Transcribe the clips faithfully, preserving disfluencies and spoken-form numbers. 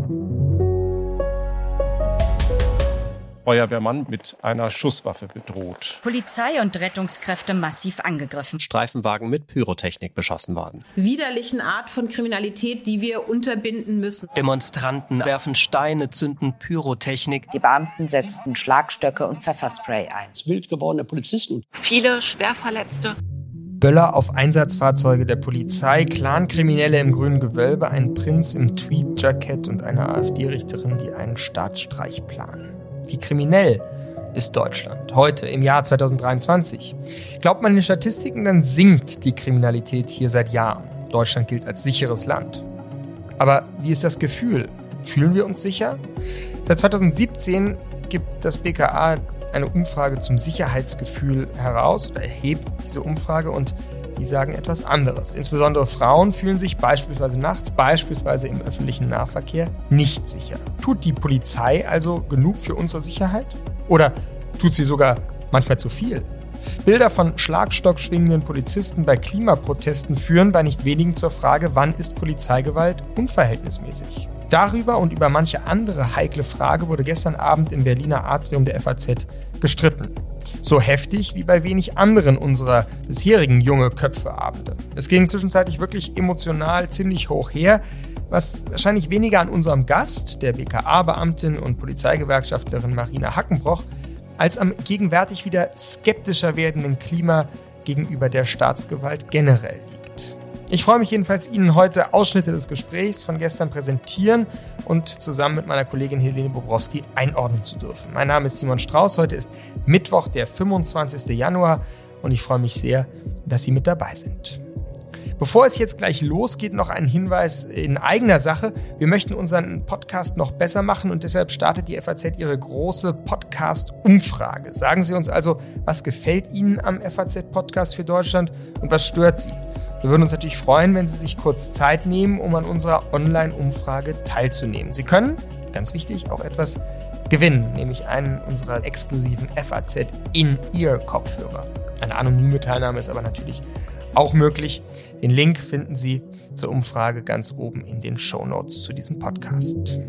Feuerwehrmann mit einer Schusswaffe bedroht. Polizei und Rettungskräfte massiv angegriffen. Streifenwagen mit Pyrotechnik beschossen worden. Widerlichen Art von Kriminalität, die wir unterbinden müssen. Demonstranten werfen Steine, zünden Pyrotechnik. Die Beamten setzten Schlagstöcke und Pfefferspray ein. Wild gewordene Polizisten. Viele Schwerverletzte. Böller auf Einsatzfahrzeuge der Polizei, Clankriminelle im grünen Gewölbe, ein Prinz im Tweedjackett und eine AfD-Richterin, die einen Staatsstreich planen. Wie kriminell ist Deutschland heute im Jahr zwanzig dreiundzwanzig? Glaubt man den Statistiken, dann sinkt die Kriminalität hier seit Jahren. Deutschland gilt als sicheres Land. Aber wie ist das Gefühl? Fühlen wir uns sicher? Seit zwanzig siebzehn gibt das B K A eine Umfrage zum Sicherheitsgefühl heraus oder erhebt diese Umfrage und die sagen etwas anderes. Insbesondere Frauen fühlen sich beispielsweise nachts, beispielsweise im öffentlichen Nahverkehr nicht sicher. Tut die Polizei also genug für unsere Sicherheit? Oder tut sie sogar manchmal zu viel? Bilder von Schlagstock schwingenden Polizisten bei Klimaprotesten führen bei nicht wenigen zur Frage, wann ist Polizeigewalt unverhältnismäßig? Darüber und über manche andere heikle Frage wurde gestern Abend im Berliner Atrium der F A Z gestritten. So heftig wie bei wenig anderen unserer bisherigen Junge-Köpfe-Abende. Es ging zwischenzeitlich wirklich emotional ziemlich hoch her, was wahrscheinlich weniger an unserem Gast, der B K A-Beamtin und Polizeigewerkschaftlerin Marina Hackenbroch, als am gegenwärtig wieder skeptischer werdenden Klima gegenüber der Staatsgewalt generell liegt. Ich freue mich jedenfalls, Ihnen heute Ausschnitte des Gesprächs von gestern präsentieren und zusammen mit meiner Kollegin Helene Bobrowski einordnen zu dürfen. Mein Name ist Simon Strauß, heute ist Mittwoch, der fünfundzwanzigster Januar und ich freue mich sehr, dass Sie mit dabei sind. Bevor es jetzt gleich losgeht, noch ein Hinweis in eigener Sache. Wir möchten unseren Podcast noch besser machen und deshalb startet die F A Z ihre große Podcast-Umfrage. Sagen Sie uns also, was gefällt Ihnen am F A Z-Podcast für Deutschland und was stört Sie? Wir würden uns natürlich freuen, wenn Sie sich kurz Zeit nehmen, um an unserer Online-Umfrage teilzunehmen. Sie können, ganz wichtig, auch etwas gewinnen, nämlich einen unserer exklusiven F A Z In-Ear-Kopfhörer. Eine anonyme Teilnahme ist aber natürlich auch möglich. Den Link finden Sie zur Umfrage ganz oben in den Shownotes zu diesem Podcast.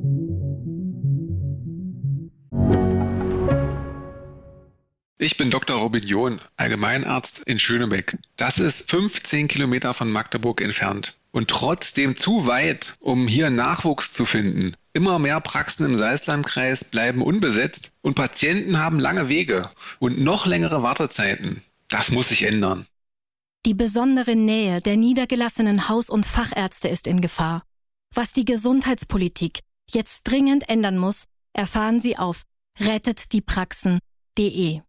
Ich bin Doktor Robin John, Allgemeinarzt in Schönebeck. Das ist fünfzehn Kilometer von Magdeburg entfernt und trotzdem zu weit, um hier Nachwuchs zu finden. Immer mehr Praxen im Salzlandkreis bleiben unbesetzt und Patienten haben lange Wege und noch längere Wartezeiten. Das muss sich ändern. Die besondere Nähe der niedergelassenen Haus- und Fachärzte ist in Gefahr. Was die Gesundheitspolitik jetzt dringend ändern muss, erfahren Sie auf rettet die praxen punkt de.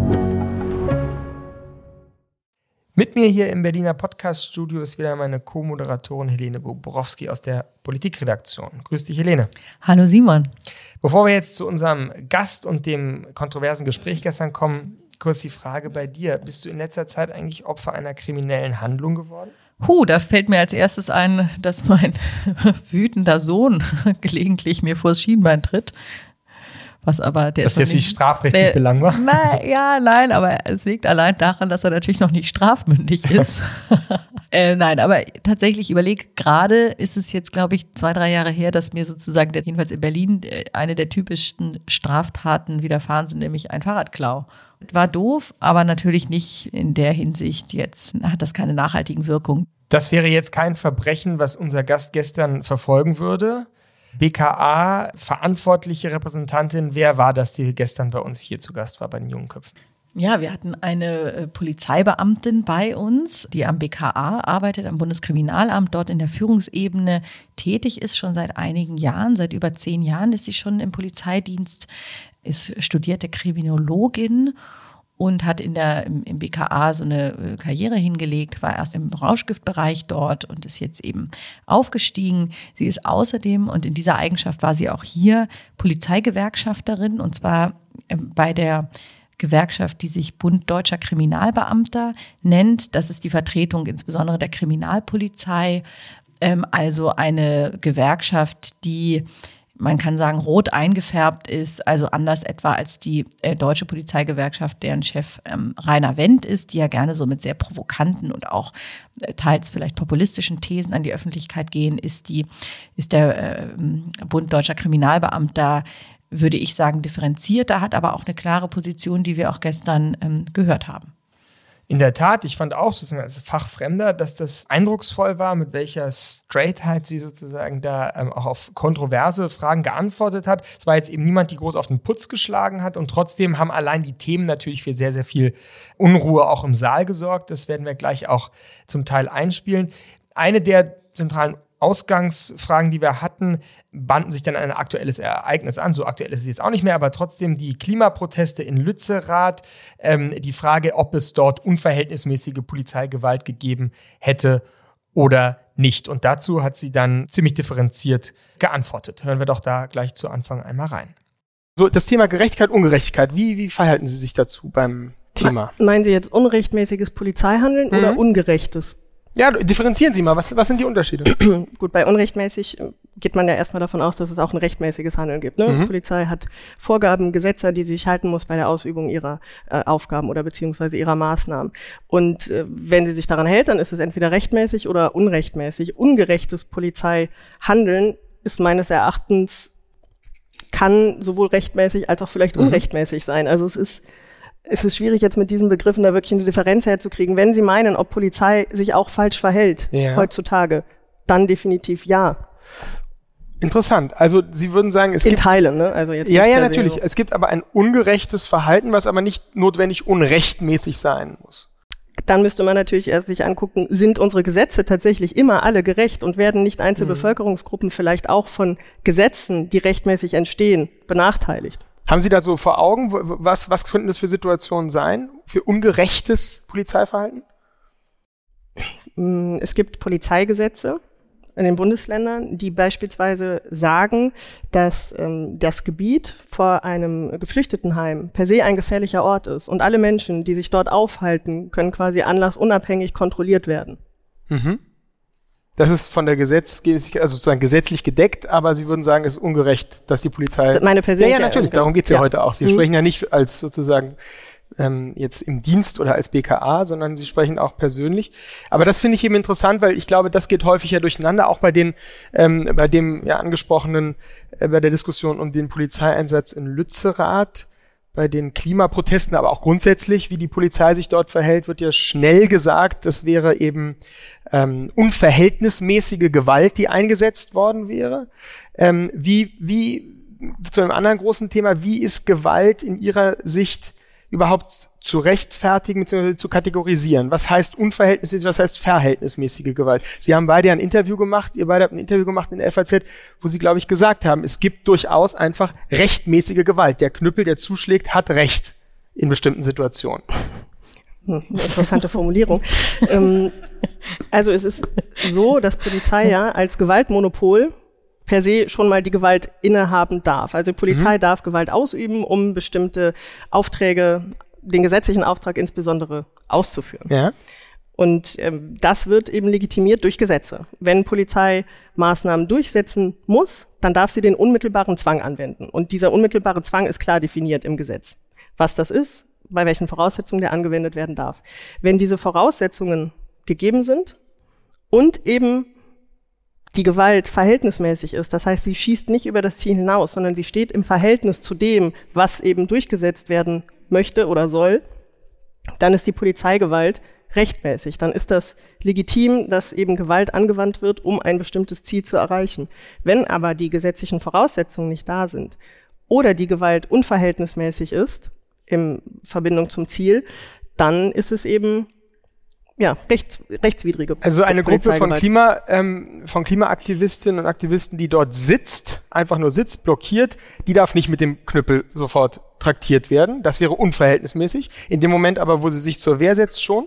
Mit mir hier im Berliner Podcast-Studio ist wieder meine Co-Moderatorin Helene Bobrowski aus der Politikredaktion. Grüß dich, Helene. Hallo, Simon. Bevor wir jetzt zu unserem Gast und dem kontroversen Gespräch gestern kommen, kurz die Frage bei dir. Bist du in letzter Zeit eigentlich Opfer einer kriminellen Handlung geworden? Huh, da fällt mir als erstes ein, dass mein wütender Sohn gelegentlich mir vors Schienbein tritt. Was aber der das ist jetzt nicht strafrechtlich der, belangbar? Na, ja, nein, aber es liegt allein daran, dass er natürlich noch nicht strafmündig ist. äh, nein, aber tatsächlich überlege gerade, ist es jetzt, glaube ich, zwei, drei Jahre her, dass mir sozusagen, der, jedenfalls in Berlin, eine der typischsten Straftaten widerfahren sind, nämlich ein Fahrradklau. War doof, aber natürlich nicht in der Hinsicht jetzt, hat das keine nachhaltigen Wirkungen. Das wäre jetzt kein Verbrechen, was unser Gast gestern verfolgen würde. B K A, verantwortliche Repräsentantin, wer war das, die gestern bei uns hier zu Gast war bei den Jungen Köpfen? Ja, wir hatten eine äh, Polizeibeamtin bei uns, die am B K A arbeitet, am Bundeskriminalamt, dort in der Führungsebene tätig ist, schon seit einigen Jahren, seit über zehn Jahren ist sie schon im Polizeidienst, ist studierte Kriminologin und hat in der, im, im B K A so eine Karriere hingelegt, war erst im Rauschgiftbereich dort und ist jetzt eben aufgestiegen. Sie ist außerdem, und in dieser Eigenschaft war sie auch hier, Polizeigewerkschafterin, und zwar bei der Gewerkschaft, die sich Bund Deutscher Kriminalbeamter nennt. Das ist die Vertretung insbesondere der Kriminalpolizei, also eine Gewerkschaft, die man kann sagen, rot eingefärbt ist, also anders etwa als die äh, Deutsche Polizeigewerkschaft, deren Chef ähm, Rainer Wendt ist, die ja gerne so mit sehr provokanten und auch äh, teils vielleicht populistischen Thesen an die Öffentlichkeit gehen, ist die, ist der äh, Bund Deutscher Kriminalbeamter, würde ich sagen, differenzierter, hat aber auch eine klare Position, die wir auch gestern ähm, gehört haben. In der Tat, ich fand auch sozusagen als Fachfremder, dass das eindrucksvoll war, mit welcher Straightheit sie sozusagen da ähm, auch auf kontroverse Fragen geantwortet hat. Es war jetzt eben niemand, die groß auf den Putz geschlagen hat und trotzdem haben allein die Themen natürlich für sehr, sehr viel Unruhe auch im Saal gesorgt. Das werden wir gleich auch zum Teil einspielen. Eine der zentralen Ausgangsfragen, die wir hatten, banden sich dann an ein aktuelles Ereignis an. So aktuell ist es jetzt auch nicht mehr, aber trotzdem die Klimaproteste in Lützerath, ähm, die Frage, ob es dort unverhältnismäßige Polizeigewalt gegeben hätte oder nicht. Und dazu hat sie dann ziemlich differenziert geantwortet. Hören wir doch da gleich zu Anfang einmal rein. So, das Thema Gerechtigkeit, Ungerechtigkeit, wie, wie verhalten Sie sich dazu beim Thema? Meinen Sie jetzt unrechtmäßiges Polizeihandeln mhm. oder ungerechtes? Ja, differenzieren Sie mal, was, was sind die Unterschiede? Gut, bei unrechtmäßig geht man ja erstmal davon aus, dass es auch ein rechtmäßiges Handeln gibt. Ne? Mhm. Die Polizei hat Vorgaben, Gesetze, die sie sich halten muss bei der Ausübung ihrer äh, Aufgaben oder beziehungsweise ihrer Maßnahmen. Und äh, wenn sie sich daran hält, dann ist es entweder rechtmäßig oder unrechtmäßig. Ungerechtes Polizeihandeln ist meines Erachtens, kann sowohl rechtmäßig als auch vielleicht mhm. unrechtmäßig sein. Also es ist Es ist schwierig, jetzt mit diesen Begriffen da wirklich eine Differenz herzukriegen. Wenn Sie meinen, ob Polizei sich auch falsch verhält ja. heutzutage, dann definitiv ja. Interessant. Also Sie würden sagen, es In gibt... In Teilen, ne? Also jetzt ja, ja, natürlich. So. Es gibt aber ein ungerechtes Verhalten, was aber nicht notwendig unrechtmäßig sein muss. Dann müsste man natürlich erst sich angucken, sind unsere Gesetze tatsächlich immer alle gerecht und werden nicht Einzelbevölkerungsgruppen mhm. vielleicht auch von Gesetzen, die rechtmäßig entstehen, benachteiligt? Haben Sie da so vor Augen, was, was könnten das für Situationen sein, für ungerechtes Polizeiverhalten? Es gibt Polizeigesetze in den Bundesländern, die beispielsweise sagen, dass ähm, das Gebiet vor einem Geflüchtetenheim per se ein gefährlicher Ort ist und alle Menschen, die sich dort aufhalten, können quasi anlassunabhängig kontrolliert werden. Mhm. Das ist von der Gesetz, also sozusagen gesetzlich gedeckt, aber Sie würden sagen, es ist ungerecht, dass die Polizei... Meine persönliche... Ja, ja, natürlich, darum geht es ja. ja heute auch. Sie mhm. sprechen ja nicht als sozusagen ähm, jetzt im Dienst oder als B K A, sondern Sie sprechen auch persönlich. Aber das finde ich eben interessant, weil ich glaube, das geht häufig ja durcheinander, auch bei den, ähm, bei dem ja angesprochenen, äh, bei der Diskussion um den Polizeieinsatz in Lützerath. Bei den Klimaprotesten, aber auch grundsätzlich, wie die Polizei sich dort verhält, wird ja schnell gesagt, das wäre eben ähm, unverhältnismäßige Gewalt, die eingesetzt worden wäre. Ähm, wie, wie, zu einem anderen großen Thema, wie ist Gewalt in Ihrer Sicht überhaupt zu rechtfertigen bzw. zu kategorisieren? Was heißt unverhältnismäßig, was heißt verhältnismäßige Gewalt? Sie haben beide ein Interview gemacht, ihr beide habt ein Interview gemacht in der F A Z, wo Sie, glaube ich, gesagt haben, es gibt durchaus einfach rechtmäßige Gewalt. Der Knüppel, der zuschlägt, hat Recht in bestimmten Situationen. Hm, eine interessante Formulierung. ähm, also es ist so, dass Polizei ja als Gewaltmonopol per se schon mal die Gewalt innehaben darf. Also die Polizei mhm. darf Gewalt ausüben, um bestimmte Aufträge, den gesetzlichen Auftrag insbesondere, auszuführen. Ja. Und ähm, das wird eben legitimiert durch Gesetze. Wenn Polizei Maßnahmen durchsetzen muss, dann darf sie den unmittelbaren Zwang anwenden. Und dieser unmittelbare Zwang ist klar definiert im Gesetz. Was das ist, bei welchen Voraussetzungen der angewendet werden darf. Wenn diese Voraussetzungen gegeben sind und eben die Gewalt verhältnismäßig ist, das heißt, sie schießt nicht über das Ziel hinaus, sondern sie steht im Verhältnis zu dem, was eben durchgesetzt werden möchte oder soll, dann ist die Polizeigewalt rechtmäßig. Dann ist das legitim, dass eben Gewalt angewandt wird, um ein bestimmtes Ziel zu erreichen. Wenn aber die gesetzlichen Voraussetzungen nicht da sind oder die Gewalt unverhältnismäßig ist, in Verbindung zum Ziel, dann ist es eben ja, rechts, rechtswidrige Also eine Gruppe von, Klima, ähm, von Klimaaktivistinnen und Aktivisten, die dort sitzt, einfach nur sitzt, blockiert, die darf nicht mit dem Knüppel sofort traktiert werden. Das wäre unverhältnismäßig. In dem Moment aber, wo sie sich zur Wehr setzt, schon?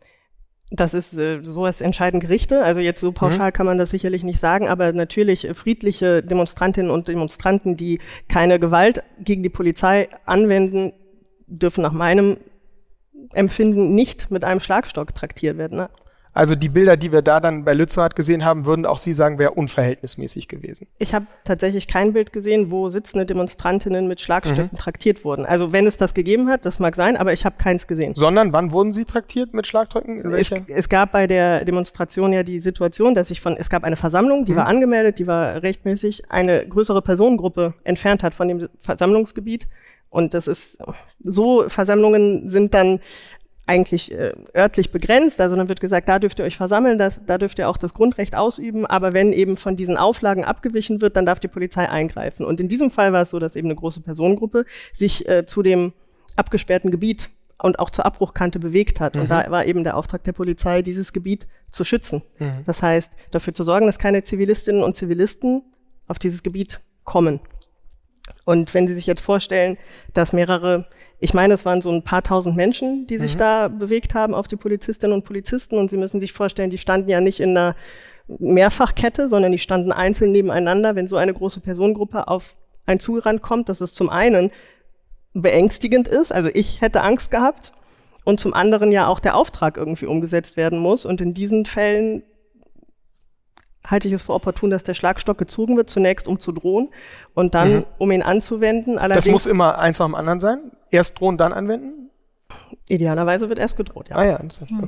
Das ist äh, sowas entscheiden Gerichte. Also jetzt so pauschal mhm. kann man das sicherlich nicht sagen, aber natürlich äh, friedliche Demonstrantinnen und Demonstranten, die keine Gewalt gegen die Polizei anwenden, dürfen nach meinem Empfinden nicht mit einem Schlagstock traktiert werden. Ne? Also die Bilder, die wir da dann bei Lützerath gesehen haben, würden auch Sie sagen, wäre unverhältnismäßig gewesen. Ich habe tatsächlich kein Bild gesehen, wo sitzende Demonstrantinnen mit Schlagstöcken mhm. traktiert wurden. Also wenn es das gegeben hat, das mag sein, aber ich habe keins gesehen. Sondern wann wurden Sie traktiert mit Schlagtöcken? Es, es gab bei der Demonstration ja die Situation, dass sich von, es gab eine Versammlung, die mhm. war angemeldet, die war rechtmäßig, eine größere Personengruppe entfernt hat von dem Versammlungsgebiet. Und das ist, so Versammlungen sind dann eigentlich äh, örtlich begrenzt, also dann wird gesagt, da dürft ihr euch versammeln, das, da dürft ihr auch das Grundrecht ausüben, aber wenn eben von diesen Auflagen abgewichen wird, dann darf die Polizei eingreifen. Und in diesem Fall war es so, dass eben eine große Personengruppe sich äh, zu dem abgesperrten Gebiet und auch zur Abbruchkante bewegt hat. Mhm. Und da war eben der Auftrag der Polizei, dieses Gebiet zu schützen. Mhm. Das heißt, dafür zu sorgen, dass keine Zivilistinnen und Zivilisten auf dieses Gebiet kommen. Und wenn Sie sich jetzt vorstellen, dass mehrere, ich meine, es waren so ein paar tausend Menschen, die sich mhm. da bewegt haben auf die Polizistinnen und Polizisten. Und Sie müssen sich vorstellen, die standen ja nicht in einer Mehrfachkette, sondern die standen einzeln nebeneinander. Wenn so eine große Personengruppe auf einen zugerannt kommt, dass es zum einen beängstigend ist, also ich hätte Angst gehabt, und zum anderen ja auch der Auftrag irgendwie umgesetzt werden muss. Und in diesen Fällen halte ich es für opportun, dass der Schlagstock gezogen wird, zunächst um zu drohen und dann mhm. um ihn anzuwenden. Allerdings, das muss immer eins nach dem anderen sein? Erst drohen, dann anwenden? Idealerweise wird erst gedroht, ja. Ah ja, das ist, okay.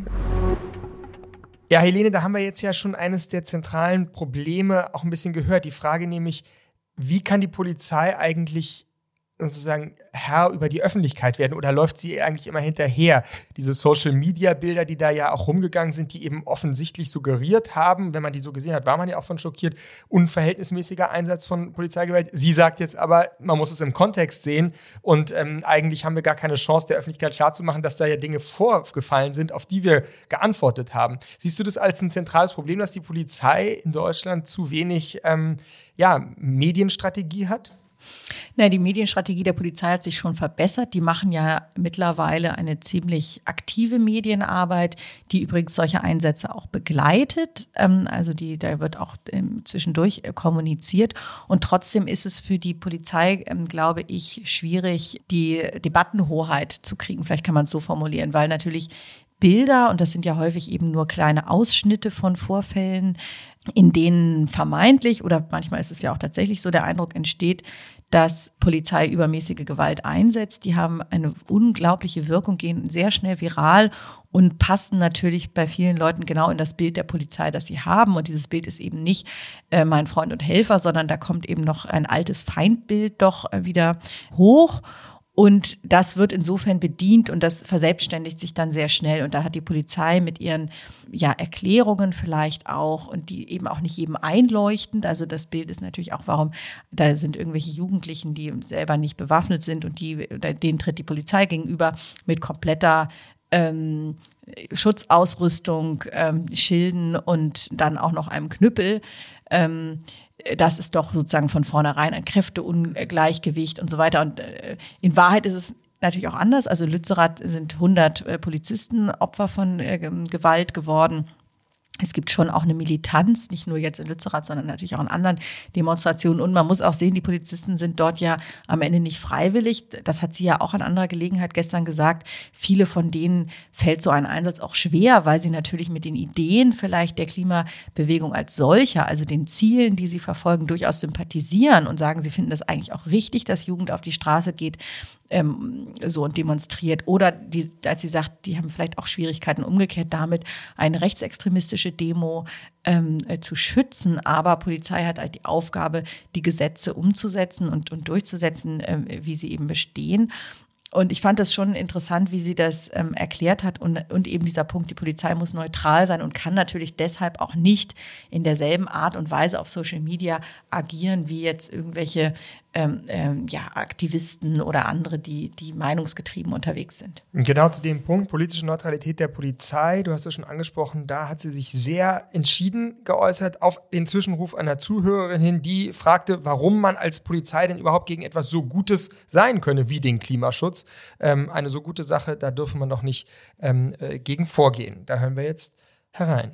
Ja, Helene, da haben wir jetzt ja schon eines der zentralen Probleme auch ein bisschen gehört. Die Frage nämlich, wie kann die Polizei eigentlich sozusagen Herr über die Öffentlichkeit werden oder läuft sie eigentlich immer hinterher? Diese Social-Media-Bilder, die da ja auch rumgegangen sind, die eben offensichtlich suggeriert haben, wenn man die so gesehen hat, war man ja auch von schockiert, unverhältnismäßiger Einsatz von Polizeigewalt. Sie sagt jetzt aber, man muss es im Kontext sehen und ähm, eigentlich haben wir gar keine Chance, der Öffentlichkeit klarzumachen, dass da ja Dinge vorgefallen sind, auf die wir geantwortet haben. Siehst du das als ein zentrales Problem, dass die Polizei in Deutschland zu wenig ähm, ja, Medienstrategie hat? Na, die Medienstrategie der Polizei hat sich schon verbessert. Die machen ja mittlerweile eine ziemlich aktive Medienarbeit, die übrigens solche Einsätze auch begleitet. Also die, da wird auch zwischendurch kommuniziert. Und trotzdem ist es für die Polizei, glaube ich, schwierig, die Debattenhoheit zu kriegen. Vielleicht kann man es so formulieren, weil natürlich Bilder, und das sind ja häufig eben nur kleine Ausschnitte von Vorfällen, in denen vermeintlich oder manchmal ist es ja auch tatsächlich so der Eindruck entsteht, dass Polizei übermäßige Gewalt einsetzt. Die haben eine unglaubliche Wirkung, gehen sehr schnell viral und passen natürlich bei vielen Leuten genau in das Bild der Polizei, das sie haben. Und dieses Bild ist eben nicht äh, mein Freund und Helfer, sondern da kommt eben noch ein altes Feindbild doch äh, wieder hoch. Und das wird insofern bedient und das verselbstständigt sich dann sehr schnell. Und da hat die Polizei mit ihren ja, Erklärungen vielleicht auch und die eben auch nicht jedem einleuchtend. Also das Bild ist natürlich auch, warum da sind irgendwelche Jugendlichen, die selber nicht bewaffnet sind und die, denen tritt die Polizei gegenüber mit kompletter ähm, Schutzausrüstung, ähm, Schilden und dann auch noch einem Knüppel. Ähm, Das ist doch sozusagen von vornherein ein Kräfteungleichgewicht und so weiter. Und äh, in Wahrheit ist es natürlich auch anders. Also Lützerath sind hundert äh, Polizisten Opfer von äh, Gewalt geworden. Es gibt schon auch eine Militanz, nicht nur jetzt in Lützerath, sondern natürlich auch in anderen Demonstrationen. Und man muss auch sehen, die Polizisten sind dort ja am Ende nicht freiwillig. Das hat sie ja auch an anderer Gelegenheit gestern gesagt. Viele von denen fällt so ein Einsatz auch schwer, weil sie natürlich mit den Ideen vielleicht der Klimabewegung als solcher, also den Zielen, die sie verfolgen, durchaus sympathisieren und sagen, sie finden das eigentlich auch richtig, dass Jugend auf die Straße geht, ähm, so und demonstriert. Oder die, als sie sagt, die haben vielleicht auch Schwierigkeiten umgekehrt damit, eine rechtsextremistische Demo ähm, äh, zu schützen. Aber Polizei hat halt die Aufgabe, die Gesetze umzusetzen und, und durchzusetzen, äh, wie sie eben bestehen. Und ich fand das schon interessant, wie sie das ähm, erklärt hat und, und eben dieser Punkt, die Polizei muss neutral sein und kann natürlich deshalb auch nicht in derselben Art und Weise auf Social Media agieren, wie jetzt irgendwelche ähm, ähm, ja, Aktivisten oder andere, die, die meinungsgetrieben unterwegs sind. Genau zu dem Punkt, politische Neutralität der Polizei, du hast es schon angesprochen, da hat sie sich sehr entschieden geäußert auf den Zwischenruf einer Zuhörerin hin, die fragte, warum man als Polizei denn überhaupt gegen etwas so Gutes sein könne wie den Klimaschutz. Ähm, eine so gute Sache, da dürfen wir noch nicht ähm, äh, gegen vorgehen. Da hören wir jetzt herein.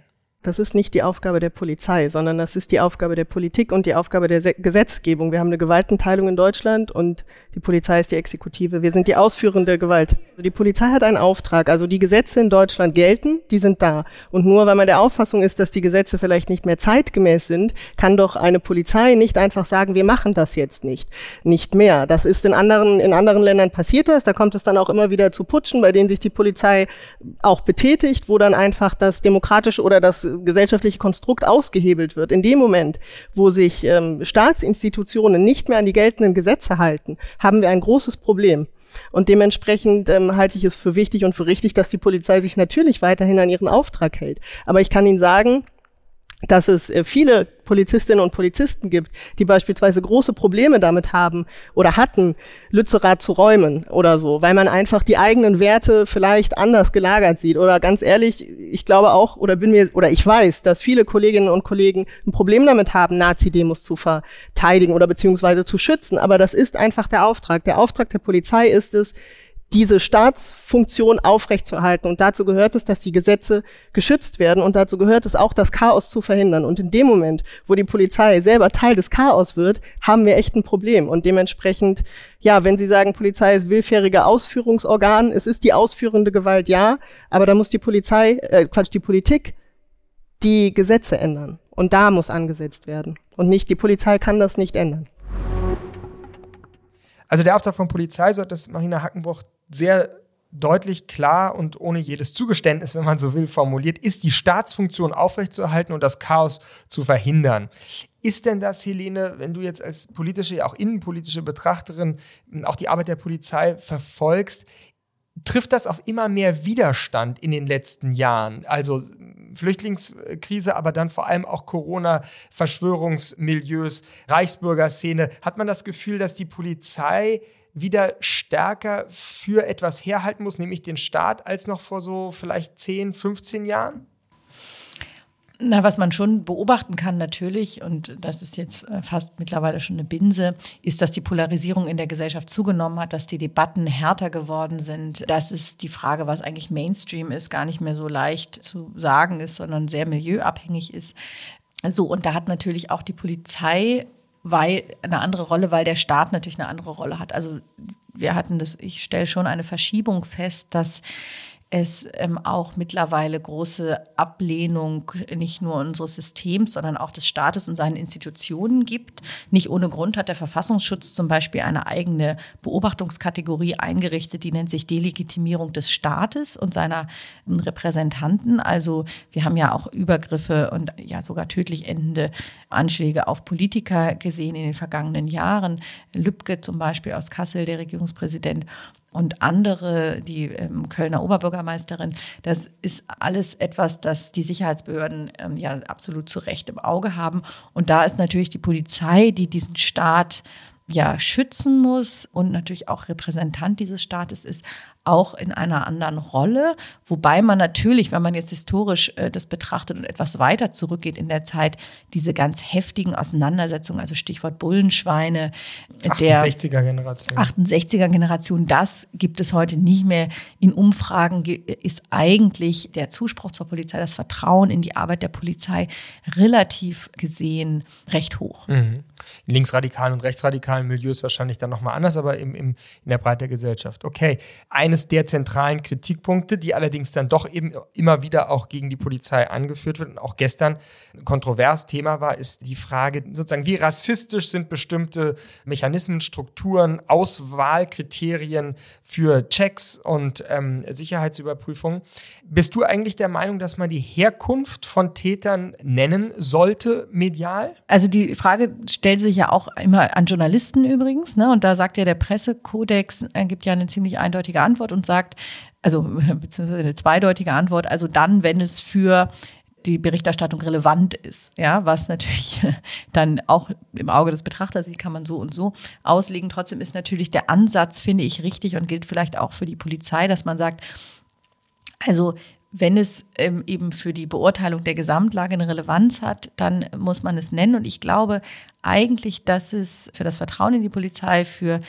Das ist nicht die Aufgabe der Polizei, sondern das ist die Aufgabe der Politik und die Aufgabe der Se- Gesetzgebung. Wir haben eine Gewaltenteilung in Deutschland und die Polizei ist die Exekutive. Wir sind die ausführende Gewalt. Also die Polizei hat einen Auftrag. Also die Gesetze in Deutschland gelten, die sind da. Und nur weil man der Auffassung ist, dass die Gesetze vielleicht nicht mehr zeitgemäß sind, kann doch eine Polizei nicht einfach sagen, wir machen das jetzt nicht. Nicht mehr. Das ist in anderen, in anderen Ländern passiert das. Da kommt es dann auch immer wieder zu Putschen, bei denen sich die Polizei auch betätigt, wo dann einfach das demokratische oder das gesellschaftliche Konstrukt ausgehebelt wird. In dem Moment, wo sich ähm, Staatsinstitutionen nicht mehr an die geltenden Gesetze halten, haben wir ein großes Problem. Und dementsprechend ähm, halte ich es für wichtig und für richtig, dass die Polizei sich natürlich weiterhin an ihren Auftrag hält. Aber ich kann Ihnen sagen, dass es äh, viele Polizistinnen und Polizisten gibt, die beispielsweise große Probleme damit haben oder hatten, Lützerath zu räumen oder so, weil man einfach die eigenen Werte vielleicht anders gelagert sieht. Oder ganz ehrlich, ich glaube auch oder bin mir oder ich weiß, dass viele Kolleginnen und Kollegen ein Problem damit haben, Nazi-Demos zu verteidigen oder beziehungsweise zu schützen. Aber das ist einfach der Auftrag. Der Auftrag der Polizei ist es, diese Staatsfunktion aufrechtzuerhalten. Und dazu gehört es, dass die Gesetze geschützt werden. Und dazu gehört es auch, das Chaos zu verhindern. Und in dem Moment, wo die Polizei selber Teil des Chaos wird, haben wir echt ein Problem. Und dementsprechend, ja, wenn Sie sagen, Polizei ist willfähriger Ausführungsorgan, es ist die ausführende Gewalt, ja, aber da muss die Polizei, äh, Quatsch, die Politik die Gesetze ändern. Und da muss angesetzt werden. Und nicht, die Polizei kann das nicht ändern. Also der Auftrag von Polizei, so hat das Marina Hackenbruch sehr deutlich, klar und ohne jedes Zugeständnis, wenn man so will, formuliert, ist die Staatsfunktion aufrechtzuerhalten und das Chaos zu verhindern. Ist denn das, Helene, wenn du jetzt als politische, auch innenpolitische Betrachterin auch die Arbeit der Polizei verfolgst, trifft das auf immer mehr Widerstand in den letzten Jahren? Also Flüchtlingskrise, aber dann vor allem auch Corona, Verschwörungsmilieus, Reichsbürgerszene. Hat man das Gefühl, dass die Polizei wieder stärker für etwas herhalten muss, nämlich den Staat, als noch vor so vielleicht zehn, fünfzehn Jahren? Na, was man schon beobachten kann natürlich, und das ist jetzt fast mittlerweile schon eine Binse, ist, dass die Polarisierung in der Gesellschaft zugenommen hat, dass die Debatten härter geworden sind. Das ist die Frage, was eigentlich Mainstream ist, gar nicht mehr so leicht zu sagen ist, sondern sehr milieuabhängig ist. So, und da hat natürlich auch die Polizei weil eine andere Rolle, weil der Staat natürlich eine andere Rolle hat. Also wir hatten das, ich stelle schon eine Verschiebung fest, dass es ähm, auch mittlerweile große Ablehnung nicht nur unseres Systems, sondern auch des Staates und seinen Institutionen gibt. Nicht ohne Grund hat der Verfassungsschutz zum Beispiel eine eigene Beobachtungskategorie eingerichtet, die nennt sich Delegitimierung des Staates und seiner Repräsentanten. Also wir haben ja auch Übergriffe und ja sogar tödlich endende Anschläge auf Politiker gesehen in den vergangenen Jahren. Lübcke zum Beispiel aus Kassel, der Regierungspräsident, und andere, die ähm, Kölner Oberbürgermeisterin, das ist alles etwas, das die Sicherheitsbehörden ähm, ja absolut zu Recht im Auge haben. Und da ist natürlich die Polizei, die diesen Staat ja schützen muss und natürlich auch Repräsentant dieses Staates ist, auch in einer anderen Rolle. Wobei man natürlich, wenn man jetzt historisch äh, das betrachtet und etwas weiter zurückgeht in der Zeit, diese ganz heftigen Auseinandersetzungen, also Stichwort Bullenschweine, der achtundsechziger-Generation. achtundsechziger-Generation, das gibt es heute nicht mehr. In Umfragen ist eigentlich der Zuspruch zur Polizei, das Vertrauen in die Arbeit der Polizei relativ gesehen recht hoch. Mhm. In linksradikalen und rechtsradikalen Milieus wahrscheinlich dann nochmal anders, aber im, im, in der Breite der Gesellschaft. Okay, eines der zentralen Kritikpunkte, die allerdings dann doch eben immer wieder auch gegen die Polizei angeführt wird und auch gestern ein kontrovers Thema war, ist die Frage sozusagen, wie rassistisch sind bestimmte Mechanismen, Strukturen, Auswahlkriterien für Checks und ähm, Sicherheitsüberprüfungen. Bist du eigentlich der Meinung, dass man die Herkunft von Tätern nennen sollte, medial? Also die Frage stellt sich ja auch immer an Journalisten übrigens, ne? Und da sagt ja der Pressekodex, er gibt ja eine ziemlich eindeutige Antwort und sagt, also beziehungsweise eine zweideutige Antwort, also dann, wenn es für die Berichterstattung relevant ist, ja, was natürlich dann auch im Auge des Betrachters, die kann man so und so auslegen. Trotzdem ist natürlich der Ansatz, finde ich, richtig und gilt vielleicht auch für die Polizei, dass man sagt, also wenn es ähm, eben für die Beurteilung der Gesamtlage eine Relevanz hat, dann muss man es nennen. Und ich glaube eigentlich, dass es für das Vertrauen in die Polizei, für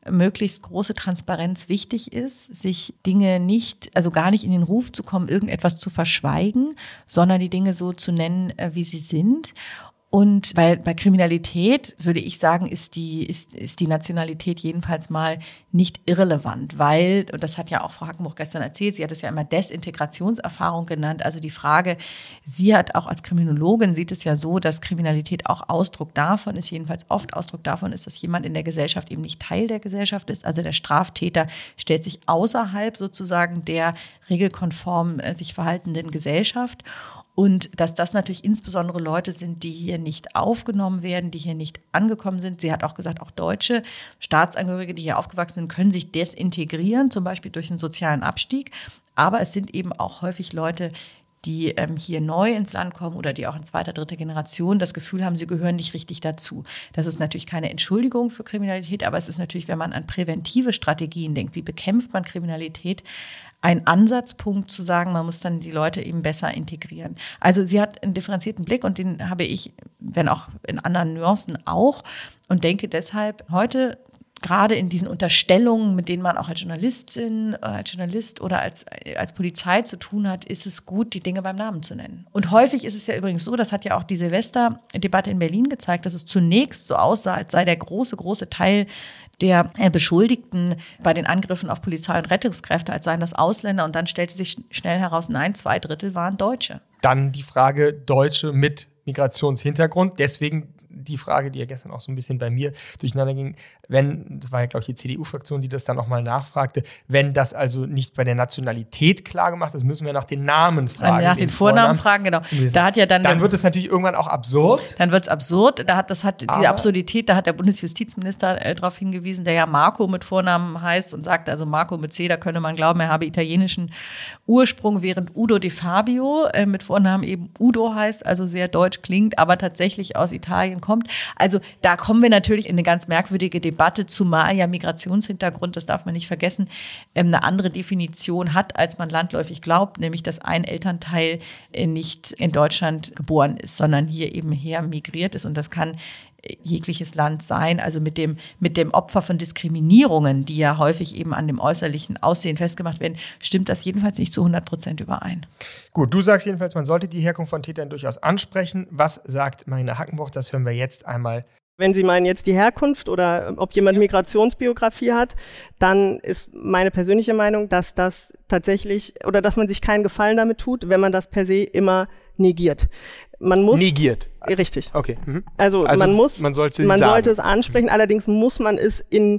möglichst große Transparenz wichtig ist, sich Dinge nicht, also gar nicht in den Ruf zu kommen, irgendetwas zu verschweigen, sondern die Dinge so zu nennen, wie sie sind. Und bei, bei Kriminalität würde ich sagen, ist die, ist, ist die Nationalität jedenfalls mal nicht irrelevant, weil, und das hat ja auch Frau Hackenbruch gestern erzählt, sie hat es ja immer Desintegrationserfahrung genannt, also die Frage, sie hat auch als Kriminologin, sieht es ja so, dass Kriminalität auch Ausdruck davon ist, jedenfalls oft Ausdruck davon ist, dass jemand in der Gesellschaft eben nicht Teil der Gesellschaft ist, also der Straftäter stellt sich außerhalb sozusagen der regelkonform äh, sich verhaltenden Gesellschaft. Und dass das natürlich insbesondere Leute sind, die hier nicht aufgenommen werden, die hier nicht angekommen sind. Sie hat auch gesagt, auch deutsche Staatsangehörige, die hier aufgewachsen sind, können sich desintegrieren, zum Beispiel durch einen sozialen Abstieg. Aber es sind eben auch häufig Leute, die ähm, hier neu ins Land kommen oder die auch in zweiter, dritter Generation das Gefühl haben, sie gehören nicht richtig dazu. Das ist natürlich keine Entschuldigung für Kriminalität, aber es ist natürlich, wenn man an präventive Strategien denkt, wie bekämpft man Kriminalität, ein Ansatzpunkt zu sagen, man muss dann die Leute eben besser integrieren. Also sie hat einen differenzierten Blick und den habe ich, wenn auch in anderen Nuancen auch, und denke deshalb heute gerade in diesen Unterstellungen, mit denen man auch als Journalistin, als Journalist oder als, als Polizei zu tun hat, ist es gut, die Dinge beim Namen zu nennen. Und häufig ist es ja übrigens so, das hat ja auch die Silvesterdebatte in Berlin gezeigt, dass es zunächst so aussah, als sei der große, große Teil der Beschuldigten bei den Angriffen auf Polizei und Rettungskräfte, als seien das Ausländer. Und dann stellte sich schnell heraus, nein, zwei Drittel waren Deutsche. Dann die Frage Deutsche mit Migrationshintergrund. Deswegen die Frage, die ja gestern auch so ein bisschen bei mir durcheinander ging, wenn, das war ja, glaube ich, die C D U-Fraktion, die das dann nochmal nachfragte, wenn das also nicht bei der Nationalität klar gemacht ist, müssen wir nach den Namen fragen. Nach den, den Vornamen, Vornamen fragen, genau. Da hat ja dann, dann wird es natürlich irgendwann auch absurd. Dann wird es absurd. Da hat, das hat diese Absurdität, da hat der Bundesjustizminister äh, darauf hingewiesen, der ja Marco mit Vornamen heißt und sagt, also Marco mit C, da könne man glauben, er habe italienischen Ursprung, während Udo De Fabio äh, mit Vornamen eben Udo heißt, also sehr deutsch klingt, aber tatsächlich aus Italien kommt. Also da kommen wir natürlich in eine ganz merkwürdige Debatte, zumal ja Migrationshintergrund, das darf man nicht vergessen, eine andere Definition hat, als man landläufig glaubt, nämlich dass ein Elternteil nicht in Deutschland geboren ist, sondern hier eben her migriert ist, und das kann jegliches Land sein, also mit dem, mit dem Opfer von Diskriminierungen, die ja häufig eben an dem äußerlichen Aussehen festgemacht werden, stimmt das jedenfalls nicht zu hundert Prozent überein. Gut, du sagst jedenfalls, man sollte die Herkunft von Tätern durchaus ansprechen. Was sagt Marina Hackenbruch? Das hören wir jetzt einmal. Wenn Sie meinen jetzt die Herkunft oder ob jemand Migrationsbiografie hat, dann ist meine persönliche Meinung, dass das tatsächlich oder dass man sich keinen Gefallen damit tut, wenn man das per se immer negiert. Man muss negiert. Richtig. Okay. Mhm. Also, also man muss, man sollte, man sagen. sollte es ansprechen. Allerdings muss man es in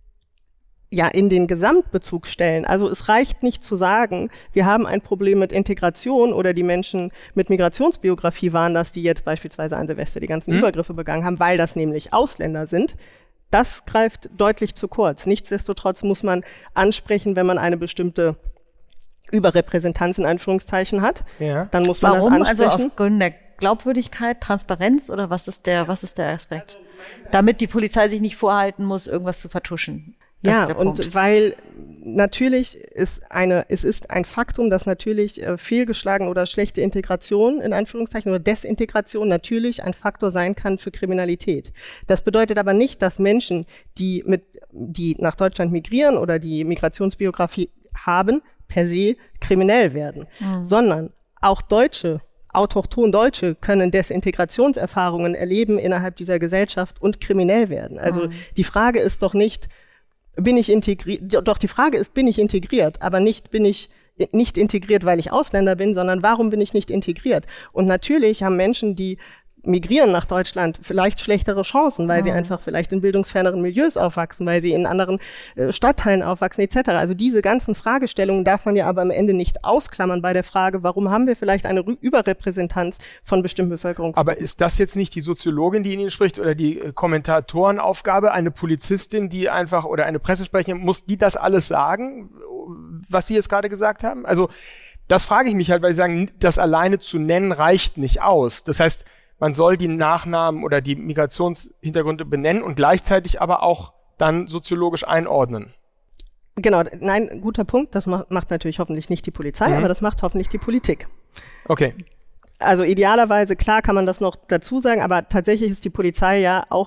ja in den Gesamtbezug stellen. Also es reicht nicht zu sagen, wir haben ein Problem mit Integration oder die Menschen mit Migrationsbiografie waren das, die jetzt beispielsweise an Silvester die ganzen mhm. Übergriffe begangen haben, weil das nämlich Ausländer sind. Das greift deutlich zu kurz. Nichtsdestotrotz muss man ansprechen, wenn man eine bestimmte Überrepräsentanz in Anführungszeichen hat, ja. Dann muss man Warum? das ansprechen. Also aus Gründen der Glaubwürdigkeit, Transparenz oder was ist der, was ist der Aspekt? Damit die Polizei sich nicht vorhalten muss, irgendwas zu vertuschen. Das ja, ist der und Punkt. weil natürlich ist eine, es ist ein Faktum, dass natürlich äh, fehlgeschlagen oder schlechte Integration in Anführungszeichen oder Desintegration natürlich ein Faktor sein kann für Kriminalität. Das bedeutet aber nicht, dass Menschen, die mit, die nach Deutschland migrieren oder die Migrationsbiografie haben, per se kriminell werden, mhm. sondern auch Deutsche, autochton Deutsche können Desintegrationserfahrungen erleben innerhalb dieser Gesellschaft und kriminell werden. Also mhm. die Frage ist doch nicht, bin ich integriert, doch die Frage ist, bin ich integriert, aber nicht, bin ich nicht integriert, weil ich Ausländer bin, sondern warum bin ich nicht integriert? Und natürlich haben Menschen, die migrieren nach Deutschland, vielleicht schlechtere Chancen, weil mhm. sie einfach vielleicht in bildungsferneren Milieus aufwachsen, weil sie in anderen äh, Stadtteilen aufwachsen et cetera. Also diese ganzen Fragestellungen darf man ja aber am Ende nicht ausklammern bei der Frage, warum haben wir vielleicht eine Rü- Überrepräsentanz von bestimmten Bevölkerungsgruppen. Aber ist das jetzt nicht die Soziologin, die in Ihnen spricht, oder die äh, Kommentatorenaufgabe, eine Polizistin, die einfach, oder eine Pressesprecherin, muss die das alles sagen, was Sie jetzt gerade gesagt haben? Also das frage ich mich halt, weil Sie sagen, das alleine zu nennen reicht nicht aus. Das heißt, man soll die Nachnamen oder die Migrationshintergründe benennen und gleichzeitig aber auch dann soziologisch einordnen. Genau, nein, guter Punkt. Das macht, macht natürlich hoffentlich nicht die Polizei, mhm. aber das macht hoffentlich die Politik. Okay. Also idealerweise, klar kann man das noch dazu sagen, aber tatsächlich ist die Polizei ja auch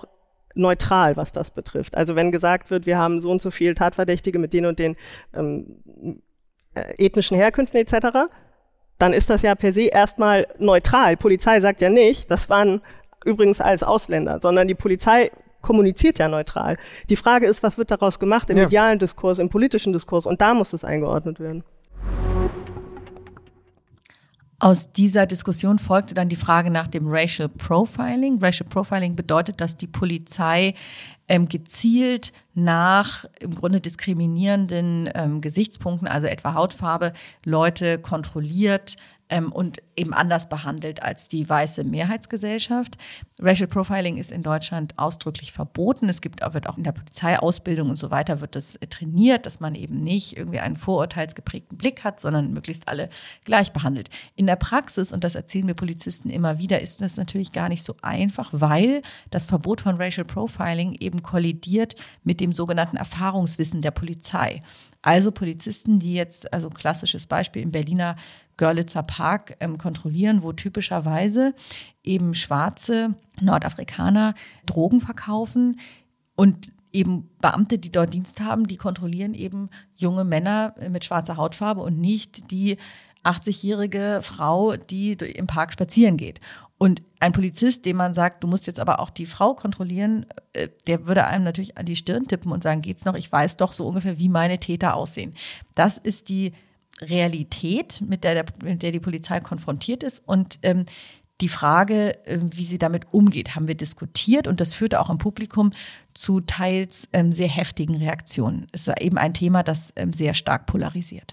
neutral, was das betrifft. Also wenn gesagt wird, wir haben so und so viele Tatverdächtige mit den und den ähm, äh, ethnischen Herkünften et cetera, dann ist das ja per se erstmal neutral. Polizei sagt ja nicht, das waren übrigens alles Ausländer, sondern die Polizei kommuniziert ja neutral. Die Frage ist, was wird daraus gemacht im ja. medialen Diskurs, im politischen Diskurs, und da muss es eingeordnet werden. Aus dieser Diskussion folgte dann die Frage nach dem Racial Profiling. Racial Profiling bedeutet, dass die Polizei ähm, gezielt nach im Grunde diskriminierenden ähm, Gesichtspunkten, also etwa Hautfarbe, Leute kontrolliert ähm, und eben anders behandelt als die weiße Mehrheitsgesellschaft. Racial Profiling ist in Deutschland ausdrücklich verboten. Es gibt, wird auch in der Polizeiausbildung und so weiter wird das trainiert, dass man eben nicht irgendwie einen vorurteilsgeprägten Blick hat, sondern möglichst alle gleich behandelt. In der Praxis, und das erzählen mir Polizisten immer wieder, ist das natürlich gar nicht so einfach, weil das Verbot von Racial Profiling eben kollidiert mit dem sogenannten Erfahrungswissen der Polizei. Also Polizisten, die jetzt, also klassisches Beispiel im Berliner Görlitzer Park ähm, kontrollieren, wo typischerweise eben schwarze Nordafrikaner Drogen verkaufen und eben Beamte, die dort Dienst haben, die kontrollieren eben junge Männer mit schwarzer Hautfarbe und nicht die achtzigjährige Frau, die im Park spazieren geht. Und ein Polizist, dem man sagt, du musst jetzt aber auch die Frau kontrollieren, der würde einem natürlich an die Stirn tippen und sagen, geht's noch? Ich weiß doch so ungefähr, wie meine Täter aussehen. Das ist die Realität, mit der, der, mit der die Polizei konfrontiert ist. Und ähm, die Frage, wie sie damit umgeht, haben wir diskutiert. Und das führte auch im Publikum zu teils ähm, sehr heftigen Reaktionen. Es ist eben ein Thema, das ähm, sehr stark polarisiert.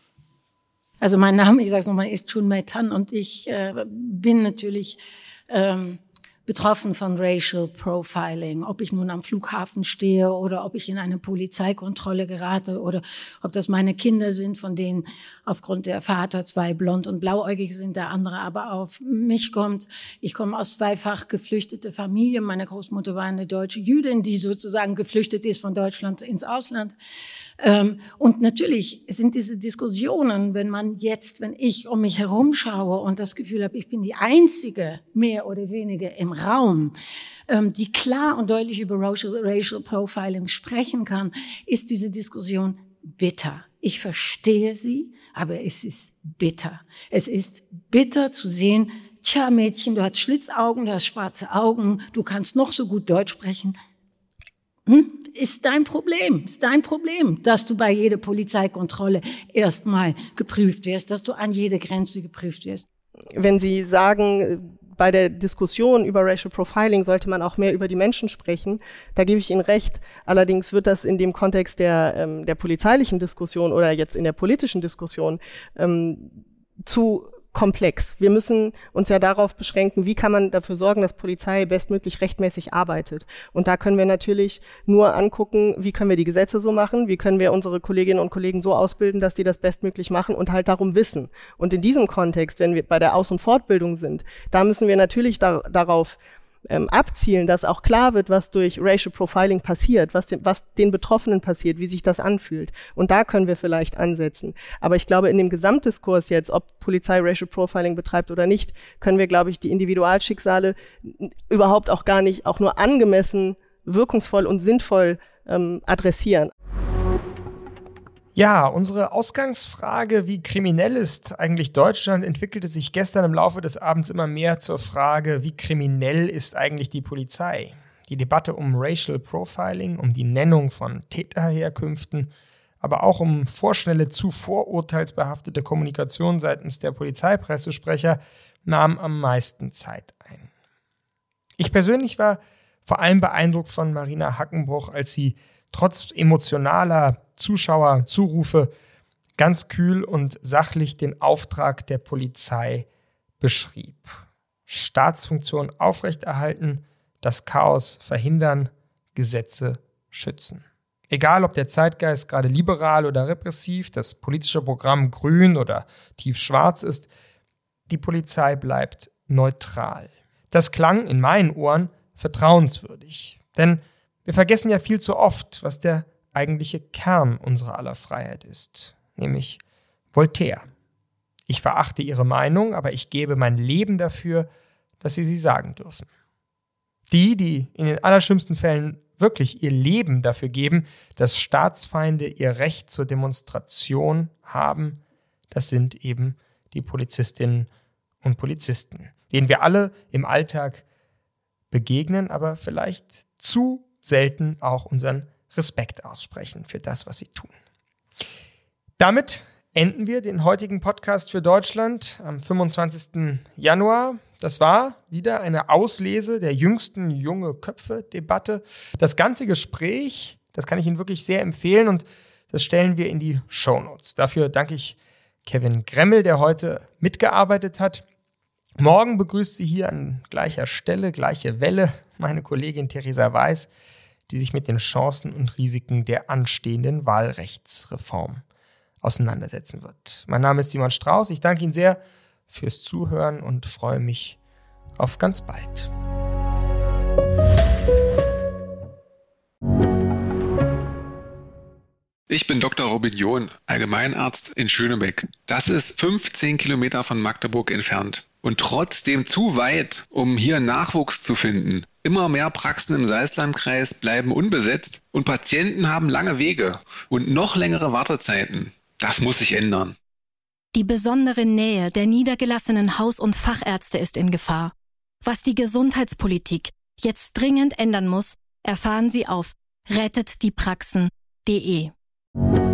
Also mein Name, ich sage es nochmal, ist Chun Mei-Tan und ich äh, bin natürlich ähm, betroffen von Racial Profiling, ob ich nun am Flughafen stehe oder ob ich in eine Polizeikontrolle gerate oder ob das meine Kinder sind, von denen aufgrund der Vater zwei blond und blauäugig sind, der andere aber auf mich kommt. Ich komme aus zweifach geflüchtete Familien. Meine Großmutter war eine deutsche Jüdin, die sozusagen geflüchtet ist von Deutschland ins Ausland. Ähm, und natürlich sind diese Diskussionen, wenn man jetzt, wenn ich um mich herum schaue und das Gefühl habe, ich bin die Einzige, mehr oder weniger im Raum, ähm, die klar und deutlich über Racial, Racial Profiling sprechen kann, ist diese Diskussion bitter. Ich verstehe sie, aber es ist bitter. Es ist bitter zu sehen, tja Mädchen, du hast Schlitzaugen, du hast schwarze Augen, du kannst noch so gut Deutsch sprechen. Hm? Ist dein Problem, ist dein Problem, dass du bei jeder Polizeikontrolle erstmal geprüft wirst, dass du an jede Grenze geprüft wirst. Wenn Sie sagen, bei der Diskussion über Racial Profiling sollte man auch mehr über die Menschen sprechen, da gebe ich Ihnen recht. Allerdings wird das in dem Kontext der, ähm, der polizeilichen Diskussion oder jetzt in der politischen Diskussion ähm, zu komplex. Wir müssen uns ja darauf beschränken, wie kann man dafür sorgen, dass Polizei bestmöglich rechtmäßig arbeitet. Und da können wir natürlich nur angucken, wie können wir die Gesetze so machen, wie können wir unsere Kolleginnen und Kollegen so ausbilden, dass die das bestmöglich machen und halt darum wissen. Und in diesem Kontext, wenn wir bei der Aus- und Fortbildung sind, da müssen wir natürlich da, darauf Ähm, abzielen, dass auch klar wird, was durch Racial Profiling passiert, was den, was den Betroffenen passiert, wie sich das anfühlt. Und da können wir vielleicht ansetzen. Aber ich glaube, in dem Gesamtdiskurs jetzt, ob Polizei Racial Profiling betreibt oder nicht, können wir, glaube ich, die Individualschicksale überhaupt auch gar nicht, auch nur angemessen, wirkungsvoll und sinnvoll ähm, adressieren. Ja, unsere Ausgangsfrage, wie kriminell ist eigentlich Deutschland, entwickelte sich gestern im Laufe des Abends immer mehr zur Frage, wie kriminell ist eigentlich die Polizei? Die Debatte um Racial Profiling, um die Nennung von Täterherkünften, aber auch um vorschnelle, zu vorurteilsbehaftete Kommunikation seitens der Polizeipressesprecher nahm am meisten Zeit ein. Ich persönlich war vor allem beeindruckt von Marina Hackenbruch, als sie trotz emotionaler Zuschauerzurufe ganz kühl und sachlich den Auftrag der Polizei beschrieb. Staatsfunktion aufrechterhalten, das Chaos verhindern, Gesetze schützen. Egal, ob der Zeitgeist gerade liberal oder repressiv, das politische Programm grün oder tiefschwarz ist, die Polizei bleibt neutral. Das klang in meinen Ohren vertrauenswürdig, denn wir vergessen ja viel zu oft, was der eigentliche Kern unserer aller Freiheit ist, nämlich Voltaire. Ich verachte Ihre Meinung, aber ich gebe mein Leben dafür, dass Sie sie sagen dürfen. Die, die in den allerschlimmsten Fällen wirklich ihr Leben dafür geben, dass Staatsfeinde ihr Recht zur Demonstration haben, das sind eben die Polizistinnen und Polizisten, denen wir alle im Alltag begegnen, aber vielleicht zu selten auch unseren Respekt aussprechen für das, was sie tun. Damit enden wir den heutigen Podcast für Deutschland am fünfundzwanzigsten Januar. Das war wieder eine Auslese der jüngsten Junge-Köpfe-Debatte. Das ganze Gespräch, das kann ich Ihnen wirklich sehr empfehlen und das stellen wir in die Shownotes. Dafür danke ich Kevin Gremmel, der heute mitgearbeitet hat. Morgen begrüßt sie hier an gleicher Stelle, gleiche Welle, meine Kollegin Theresa Weiß, die sich mit den Chancen und Risiken der anstehenden Wahlrechtsreform auseinandersetzen wird. Mein Name ist Simon Strauß. Ich danke Ihnen sehr fürs Zuhören und freue mich auf ganz bald. Ich bin Doktor Robin John, Allgemeinarzt in Schönebeck. Das ist fünfzehn Kilometer von Magdeburg entfernt und trotzdem zu weit, um hier Nachwuchs zu finden. Immer mehr Praxen im Salzlandkreis bleiben unbesetzt und Patienten haben lange Wege und noch längere Wartezeiten. Das muss sich ändern. Die besondere Nähe der niedergelassenen Haus- und Fachärzte ist in Gefahr. Was die Gesundheitspolitik jetzt dringend ändern muss, erfahren Sie auf rettet die praxen punkt de.